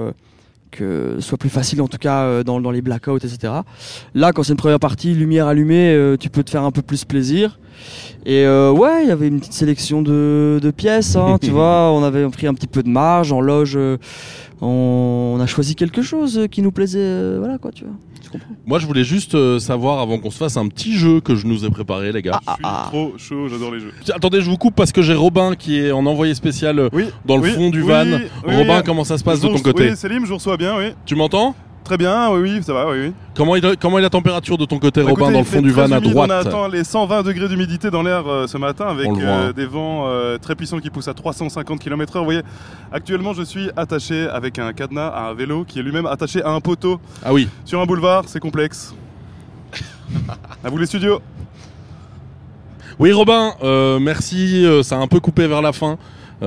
que ce soit plus facile, en tout cas dans les blackouts, etc. Là, quand c'est une première partie, lumière allumée, tu peux te faire un peu plus plaisir. Et ouais, il y avait une petite sélection de pièces, hein, tu vois. On avait pris un petit peu de marge en loge. On a choisi quelque chose qui nous plaisait, voilà quoi, tu vois. Tu comprends. Moi, je voulais juste savoir, avant qu'on se fasse un petit jeu que je nous ai préparé, les gars. Je suis trop chaud, j'adore les jeux. Attendez, je vous coupe parce que j'ai Robin qui est en envoyé spécial Oui. dans le oui, fond du oui, van. oui, Robin, oui. comment ça se passe de Je ton vous- côté? Oui, Selim, je vous reçois bien, oui. Tu m'entends? Très bien, oui, ça va, oui. Comment est la température de ton côté, Bah, Robin, écoutez, dans il le fond fait du très van à humide, droite? On attend les 120 degrés d'humidité dans l'air ce matin avec On le voit. des vents très puissants qui poussent à 350 km/h. Vous voyez, actuellement, je suis attaché avec un cadenas à un vélo qui est lui-même attaché à un poteau Ah oui. sur un boulevard. C'est complexe. À vous les studios. Oui, Robin, merci. Ça a un peu coupé vers la fin.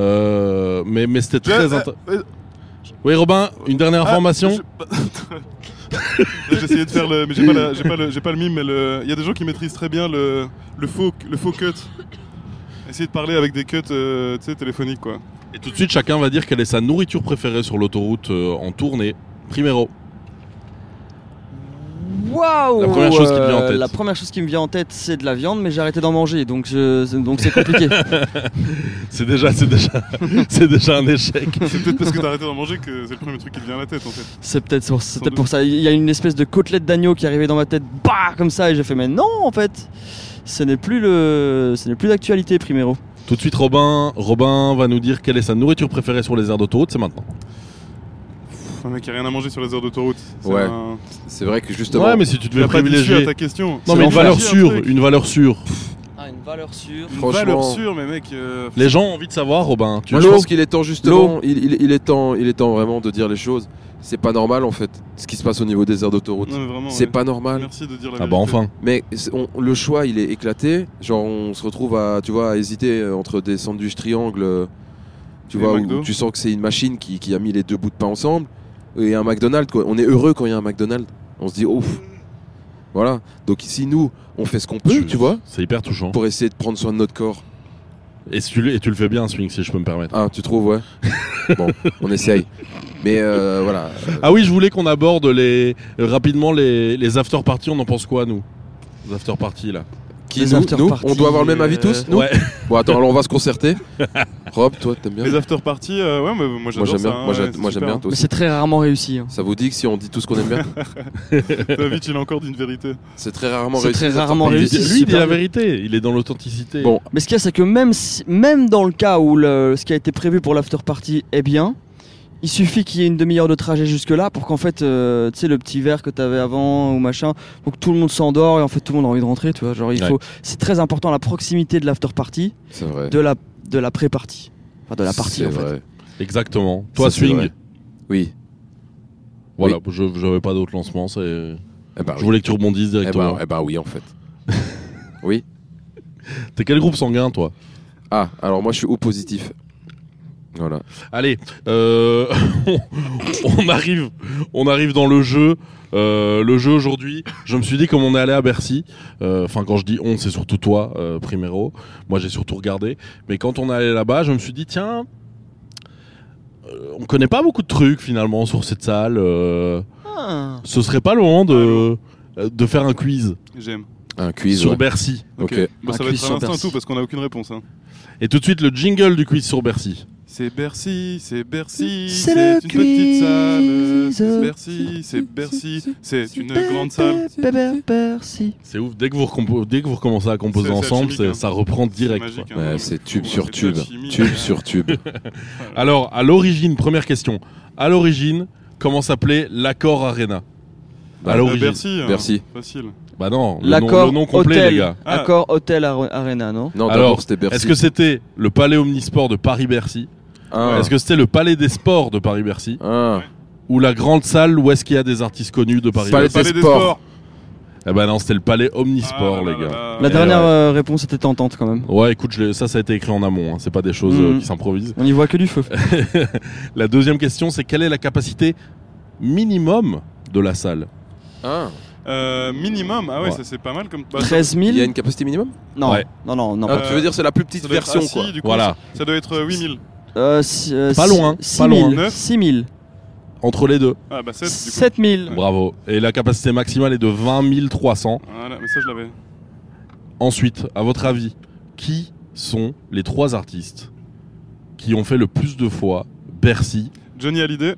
Mais c'était très intéressant. Oui, Robin, une dernière information. J'essayais de faire le, mais j'ai pas le mime, mais il y a des gens qui maîtrisent très bien le faux cut. Essayez de parler avec des cuts, tu sais, téléphoniques quoi. Et tout de suite, chacun va dire quelle est sa nourriture préférée sur l'autoroute en tournée. Primero. Waouh! La première chose qui te vient en tête. La première chose qui me vient en tête, c'est de la viande, mais j'ai arrêté d'en manger, donc c'est compliqué. C'est déjà un échec. C'est peut-être parce que t'as arrêté d'en manger que c'est le premier truc qui te vient à la tête en fait. C'est peut-être doute. pour ça. Il y a une espèce de côtelette d'agneau qui est arrivée dans ma tête, bah, comme ça, et j'ai fait, mais non, en fait, ce n'est plus d'actualité, Primero. Tout de suite, Robin va nous dire quelle est sa nourriture préférée sur les aires d'autoroute. C'est maintenant. Un mec qui a rien à manger sur les aires d'autoroute. Ouais. C'est vrai que justement. Ouais, mais si tu Tu devais n'as pas d'issue à privilégier. ta question. Non, mais une valeur sûre. Une valeur sûre. Ah, une valeur sûre. Une Franchement, valeur sûre, mais mec. Les gens ont envie de savoir, Robin. Moi, je pense qu'il est temps justement. Il est temps vraiment de dire les choses. C'est pas normal en fait, ce qui se passe au niveau des aires d'autoroute. Non, mais vraiment, C'est ouais. pas normal. Merci de dire la Ah vérité. bah enfin. Mais le choix, il est éclaté. Genre, on se retrouve à hésiter entre des sandwichs triangles, tu Et vois, McDo. où tu sens que c'est une machine qui a mis les deux bouts de pain ensemble, et un McDonald's, quoi. On est heureux quand il y a un McDonald's. On se dit, ouf. Voilà. Donc ici, nous, on fait ce qu'on peut, tu vois, C'est hyper touchant. pour essayer de prendre soin de notre corps. Et tu le fais bien, Swing, si je peux me permettre. Ah, tu trouves, ouais. Bon, on essaye. Mais voilà. Ah oui, je voulais qu'on aborde rapidement les after parties. On en pense quoi, nous? Les after parties, là. Qui Les nous, after-parties, on doit avoir le même avis tous, nous. Ouais. Bon, attends, alors on va se concerter. Rob, toi, t'aimes bien? Les after parties, ouais, mais moi j'adore Moi j'aime ça. bien. hein, Moi ouais, j'aime c'est bien. super. Toi Mais aussi. c'est très rarement réussi. Hein. Ça vous dit que si on dit tout ce qu'on aime bien, David, il a encore dit une vérité. c'est très rarement C'est réussi. très les rarement after-parties. réussi. Lui, il dit la super. vérité. Il est dans l'authenticité. Bon, Mais ce qu'il y a, c'est que même dans le cas où ce qui a été prévu pour l'after party est bien, il suffit qu'il y ait une demi-heure de trajet jusque-là pour qu'en fait, tu sais, le petit verre que tu avais avant ou machin, pour que tout le monde s'endort et en fait tout le monde a envie de rentrer, tu vois. Genre, Ouais. c'est très important la proximité de l'after party c'est vrai. de la pré-party. Enfin, de la partie C'est en fait. vrai. Exactement. Toi, Ça, c'est Swing. vrai. Oui. Voilà, je n'avais pas d'autre lancement. Eh ben, Je voulais que tu rebondisses eh directement. ben, eh ben oui, en fait. Oui. T'es quel groupe sanguin, toi? Ah, alors moi je suis O positif. Voilà. Allez, on arrive dans le jeu. Le jeu aujourd'hui, je me suis dit comme on est allé à Bercy, enfin quand je dis on, c'est surtout toi, Primero. Moi j'ai surtout regardé, mais quand on est allé là-bas, je me suis dit tiens, on connaît pas beaucoup de trucs finalement sur cette salle. Ah. Ce serait pas le moment de faire un quiz J'aime. Un quiz. sur ouais. Bercy. Ok. Bon, ça Un va quiz être à sur l'instant Bercy. tout parce qu'on a aucune réponse. Hein. Et tout de suite le jingle du quiz sur Bercy. C'est Bercy, c'est Bercy, C'est c'est le une petite salle. quiz. C'est Bercy, c'est Bercy, c'est une grande salle. Bercy. C'est ouf, dès que vous recommencez à composer C'est ensemble, alchimique, hein. ça reprend direct. magique, quoi. hein. Ouais, c'est tube Ouais, sur c'est tube. alchimie. Tube sur tube. Alors, à l'origine, première question. À l'origine, comment s'appelait l'Accor Arena? À l'origine. Bercy, hein. Bercy. Facile. Bah non, L'accord le nom complet, hôtel. les gars. Ah. Accord Hôtel Arena, non? Non, Alors, d'abord c'était Bercy. Est-ce que c'était le Palais Omnisport de Paris-Bercy? Ah. Est-ce que c'était le Palais des Sports de Paris-Bercy? Ah. Ou la grande salle où est-ce qu'il y a des artistes connus de Palais Paris-Bercy? Palais des sports. sports. Eh ben non, c'était le Palais Omnisport, Ah là les là gars. là. La Et dernière réponse était tentante quand même. Ouais, écoute, ça a été écrit en amont. Hein. C'est pas des choses qui s'improvisent. On y voit que du feu. La deuxième question, c'est quelle est la capacité minimum de la salle? Ah. Minimum, ah ouais, Ouais. ça c'est pas mal comme. Bah, 13 Il y a 000? une capacité minimum Non. Ouais. Non. Ah, tu veux dire c'est la plus petite ça doit être version assis, quoi. du coup, Voilà. Ça doit être 8000. Pas loin, 6 pas 000. loin. 6 000. Entre les deux. Ah bah 7 du coup. 7 000. Bravo. Et la capacité maximale est de 20 300. Voilà, mais ça je l'avais. Ensuite, à votre avis, qui sont les 3 artistes qui ont fait le plus de fois Bercy? Johnny Hallyday.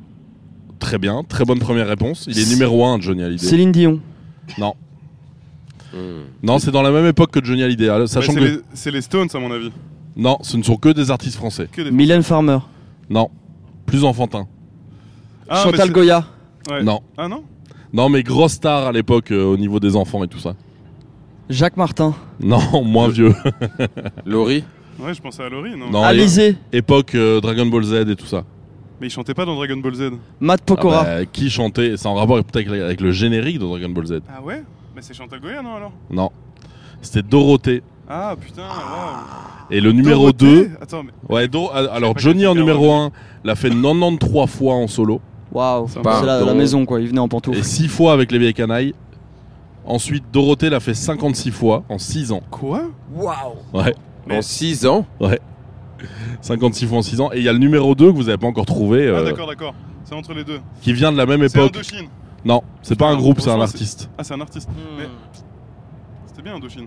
Très bien, très bonne première réponse. Il est numéro 1, Johnny Hallyday. Céline Dion. Non. Hmm. Non, c'est dans la même époque que Johnny Hallyday. Alors, sachant Ouais, que... c'est les Stones à mon avis. Non, ce ne sont que des artistes français. Que des- Mylène Farmer. Non. Plus enfantin. Ah, mais Chantal c'est- Goya. Ouais. Non. Ah non. Non, mais grosse star à l'époque au niveau des enfants et tout ça. Jacques Martin. Non, moins vieux. Laurie. Ouais, je pensais à Laurie, non. Non, Alizé. époque Dragon Ball Z et tout ça. Mais il chantait pas dans Dragon Ball Z. Matt Pokora. Ah bah, qui chantait? C'est en rapport peut-être avec le générique de Dragon Ball Z. Ah ouais. Mais c'est Chantal Goya, non alors. Non. C'était Dorothée. Ah putain. Waouh. Et le numéro Dorothée 2. Attends, mais. Ouais, alors pas Johnny que en c'était numéro 1 l'a fait 93 fois en solo. Waouh. Ça C'est va. la maison quoi. Il venait en pantoufle. Et 6 fois avec les vieilles canailles. Ensuite, Dorothée l'a fait 56 fois en 6 ans. Quoi? Waouh. Ouais. Mais- En 6 ans. 56 fois en 6 ans. Et il y a le numéro 2 que vous n'avez pas encore trouvé. Ah d'accord. C'est entre les deux. Qui vient de la même C'est époque. Indochine. Non, c'est pas un groupe, c'est un franchement, artiste. Ah, c'est un artiste. Hmm. Mais c'était bien Indochine.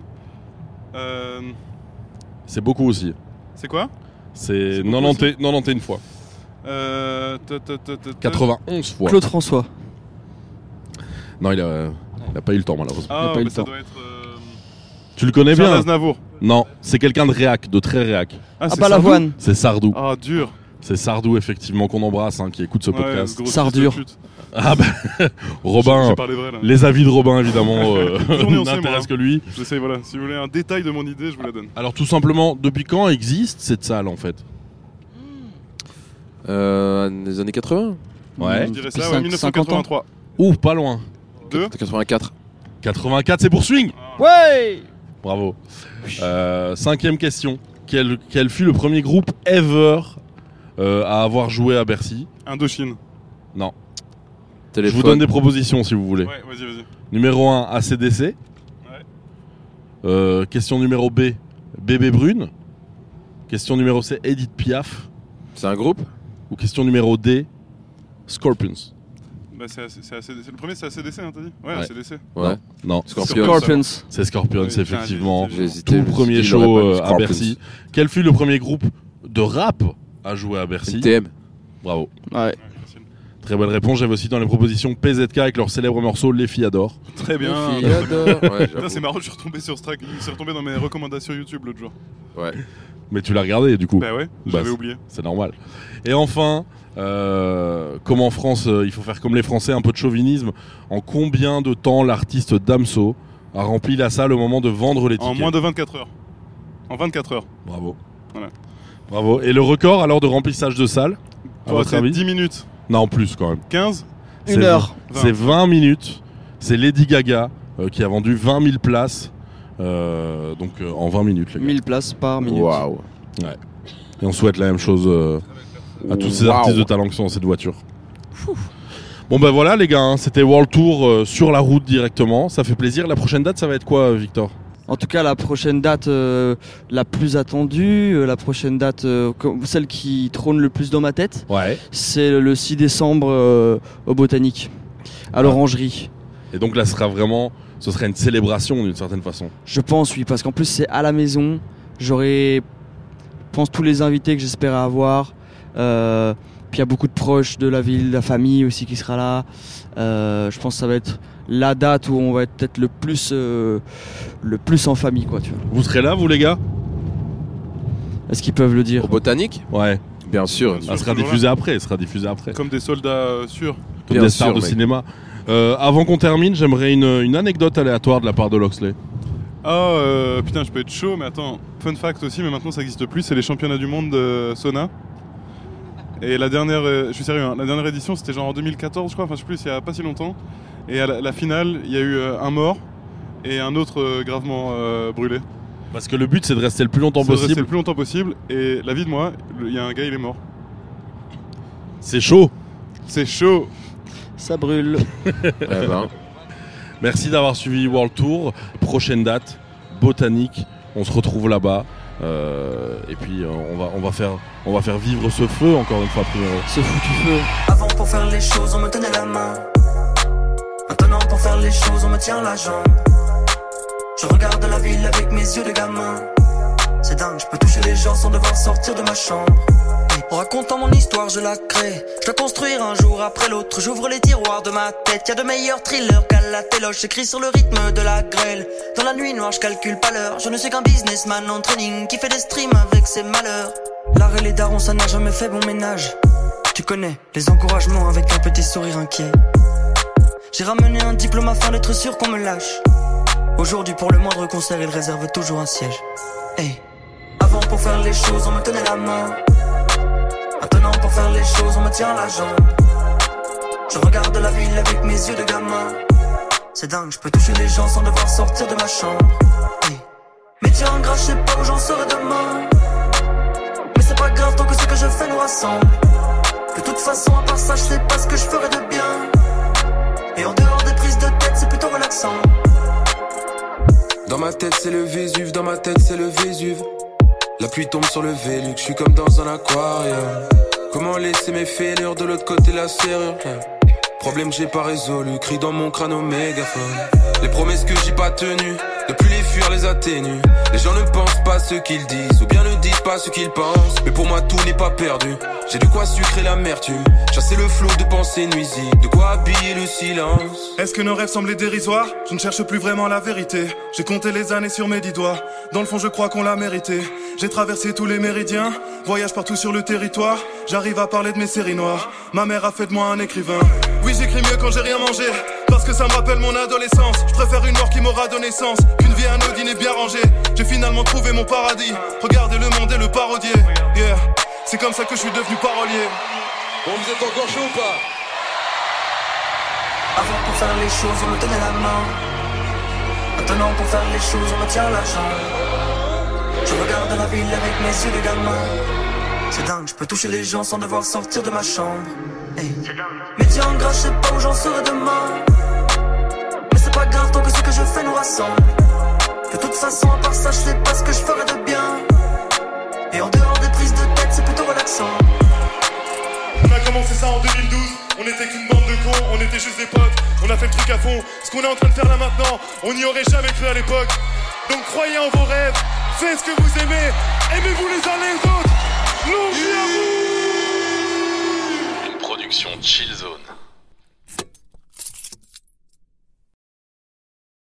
C'est beaucoup aussi. C'est quoi? C'est C'est beaucoup 91 fois. 91 fois. Claude François. Non, il a pas eu le temps malheureusement. Il a Ah, pas eu mais le ça temps. doit être. Tu le connais Charles bien? Aznavour. Non, c'est quelqu'un de réac, de très réac. Ah c'est bah Sardou. l'avoine. C'est Sardou. Ah, dur. C'est Sardou effectivement qu'on embrasse, hein, qui écoute ce Ouais, podcast. ce gros Sardure. fils de pute. Ah bah Robin, J'ai parlé vrai là. les avis de Robin évidemment Toujours nuancé, moi, n'intéressent hein. que lui. J'essaye, voilà. Si vous voulez un détail de mon idée, je vous la donne. Alors tout simplement, depuis quand existe cette salle en fait? Les années 80. Ouais. Je dirais Depuis ça, ouais, 1983. Ouh, pas loin. 2. 84. 84, c'est pour Swing. Ouais. Bravo. 5e question. Quel fut le premier groupe ever à avoir joué à Bercy? Indochine. Non. Je Téléphone. vous donne des propositions si vous voulez. Ouais, vas-y. Numéro 1, ACDC. Question numéro B, Bébé Brune. Question numéro C, Edith Piaf. C'est un groupe. Ou question numéro D, Scorpions. Bah, c'est le premier, c'est ACDC, hein, t'as dit? Ouais, Ouais. ACDC. Ouais. Non, Scorpions. Scorpions. c'est Scorpions Ouais, putain, effectivement. j'ai J'ai hésité. Tout je me suis premier dit, il aurait show pas dit à Scorpions. Bercy. Quel fut le premier groupe de rap à jouer à Bercy? NTM. Bravo. Ouais. Ouais, facile. Très bonne réponse. J'avais aussi dans les propositions PZK avec leur célèbre morceau Les filles adorent. Très bien. Les filles adorent. Ouais, Putain, c'est j'avoue. marrant, je suis retombé sur ce track. Il s'est retombé dans mes recommandations YouTube l'autre jour. Ouais. Mais tu l'as regardé du coup. Bah ouais, Bah, j'avais c'est- oublié. C'est normal. Et enfin, comme en France, il faut faire comme les Français, un peu de chauvinisme. En combien de temps l'artiste Damso a rempli la salle au moment de vendre les tickets? En moins de 24 heures. En 24 heures. Bravo. Voilà. Bravo. Et le record alors de remplissage de salle à votre C'est avis? 10 minutes. Non, plus quand même. 15. C'est 1 heure. 20. C'est 20 minutes. C'est Lady Gaga qui a vendu 20 000 places. En 20 minutes, les gars. 1000 places par minute. Waouh. Et on souhaite la même chose à tous ces Waouh. artistes de talent qui sont dans cette voiture. Bon ben voilà les gars, hein, c'était World Tour sur la route directement, ça fait plaisir. La prochaine date ça va être quoi Victor? En tout cas, la prochaine date la plus attendue, la prochaine date, celle qui trône le plus dans ma tête, Ouais. c'est le 6 décembre au Botanique, à l'Orangerie. Et donc là ce sera une célébration d'une certaine façon. Je pense, oui, parce qu'en plus c'est à la maison. J'aurai pense, tous les invités que j'espérais avoir. Puis il y a beaucoup de proches de la ville, de la famille aussi qui sera là. Je pense que ça va être la date où on va être peut-être le plus en famille, quoi, tu vois. Vous serez là, vous les gars? Est-ce qu'ils peuvent le dire? Au Botanique, Ouais. bien sûr. Ça sera diffusé après. Comme des soldats sûrs. Comme Bien des stars sûr, de mec. cinéma. Avant qu'on termine, j'aimerais une anecdote aléatoire de la part de Loxley. Putain, je peux être chaud, mais attends. Fun fact aussi, mais maintenant ça n'existe plus, c'est les championnats du monde de sauna. Et la dernière, je suis sérieux, hein, la dernière édition c'était genre en 2014, je crois, enfin je sais plus, il y a pas si longtemps. Et à la finale, il y a eu un mort et un autre gravement brûlé. Parce que le but, c'est de rester le plus longtemps Ça restait possible. le plus longtemps possible. Et la vie de moi, il y a un gars, il est mort. C'est chaud. C'est chaud. Ça brûle. Eh ben, Merci d'avoir suivi World Tour. Prochaine date, Botanique. On se retrouve là-bas. Et puis on va faire vivre ce feu encore une fois, Primero. Ce foutu feu. Avant pour faire les choses on me tenait la main. Maintenant pour faire les choses on me tient la jambe. Je regarde la ville avec mes yeux de gamin. C'est dingue, je peux toucher les gens sans devoir sortir de ma chambre. En racontant mon histoire je la crée. Je dois construire un jour après l'autre. J'ouvre les tiroirs de ma tête. Y'a de meilleurs thrillers qu'à la téloche. J'écris sur le rythme de la grêle. Dans la nuit noire je calcule pas l'heure. Je ne suis qu'un businessman en training qui fait des streams avec ses malheurs. L'art et les darons ça n'a jamais fait bon ménage. Tu connais les encouragements avec un petit sourire inquiet. J'ai ramené un diplôme afin d'être sûr qu'on me lâche. Aujourd'hui pour le moindre concert il réserve toujours un siège. Hey. Avant pour faire les choses on me tenait la main. Maintenant pour faire les choses on me tient la jambe. Je regarde la ville avec mes yeux de gamin. C'est dingue, je peux toucher les gens sans devoir sortir de ma chambre. Hey. Métier ingrat, je sais pas où j'en serai demain. Mais c'est pas grave tant que ce que je fais nous rassemble. De toute façon à part ça je sais pas ce que je ferai de bien. Et en dehors des prises de tête c'est plutôt relaxant. Dans ma tête c'est le Vésuve, dans ma tête c'est le Vésuve. La pluie tombe sur le Vélux, je suis comme dans un aquarium. Comment laisser mes fêlures de l'autre côté de la serrure? Problème que j'ai pas résolu, crie dans mon crâne au mégaphone. Les promesses que j'ai pas tenues, de plus les fuir les atténue. Les gens ne pensent pas ce qu'ils disent, ou bien ne disent pas ce qu'ils pensent. Mais pour moi tout n'est pas perdu, j'ai de quoi sucrer l'amertume. Chasser le flot de pensées nuisibles, de quoi habiller le silence. Est-ce que nos rêves semblaient dérisoires? Je ne cherche plus vraiment la vérité. J'ai compté les années sur mes 10 doigts. Dans le fond je crois qu'on l'a mérité. J'ai traversé tous les méridiens, voyage partout sur le territoire. J'arrive à parler de mes séries noires. Ma mère a fait de moi un écrivain. Oui j'écris mieux quand j'ai rien mangé, parce que ça me rappelle mon adolescence. Je préfère une mort qui m'aura donné sens qu'une vie anodine et bien rangée. J'ai finalement trouvé mon paradis. Regardez le monde et le parodier. Yeah, c'est comme ça que je suis devenu parolier. Bon, vous êtes encore chaud ou pas? Avant pour faire les choses on me tenait la main. Maintenant pour faire les choses on me tient la jambe. Je regarde la ville avec mes yeux de gamin. C'est dingue, je peux toucher les gens sans devoir sortir de ma chambre. Hey. Métier ingrat, je sais pas où j'en serai demain. Mais c'est pas grave tant que ce que je fais nous rassemble. De toute façon à part ça je sais pas ce que je ferai de bien. Et en dehors des prises de tête c'est plutôt relaxant. On a commencé ça en 2012, on était qu'une bande de cons, on était juste des potes, on a fait le truc à fond. Ce qu'on est en train de faire là maintenant, on n'y aurait jamais cru à l'époque. Donc croyez en vos rêves, faites ce que vous aimez, aimez-vous les uns les autres. Longue vie à vous. Une production Chill Zone.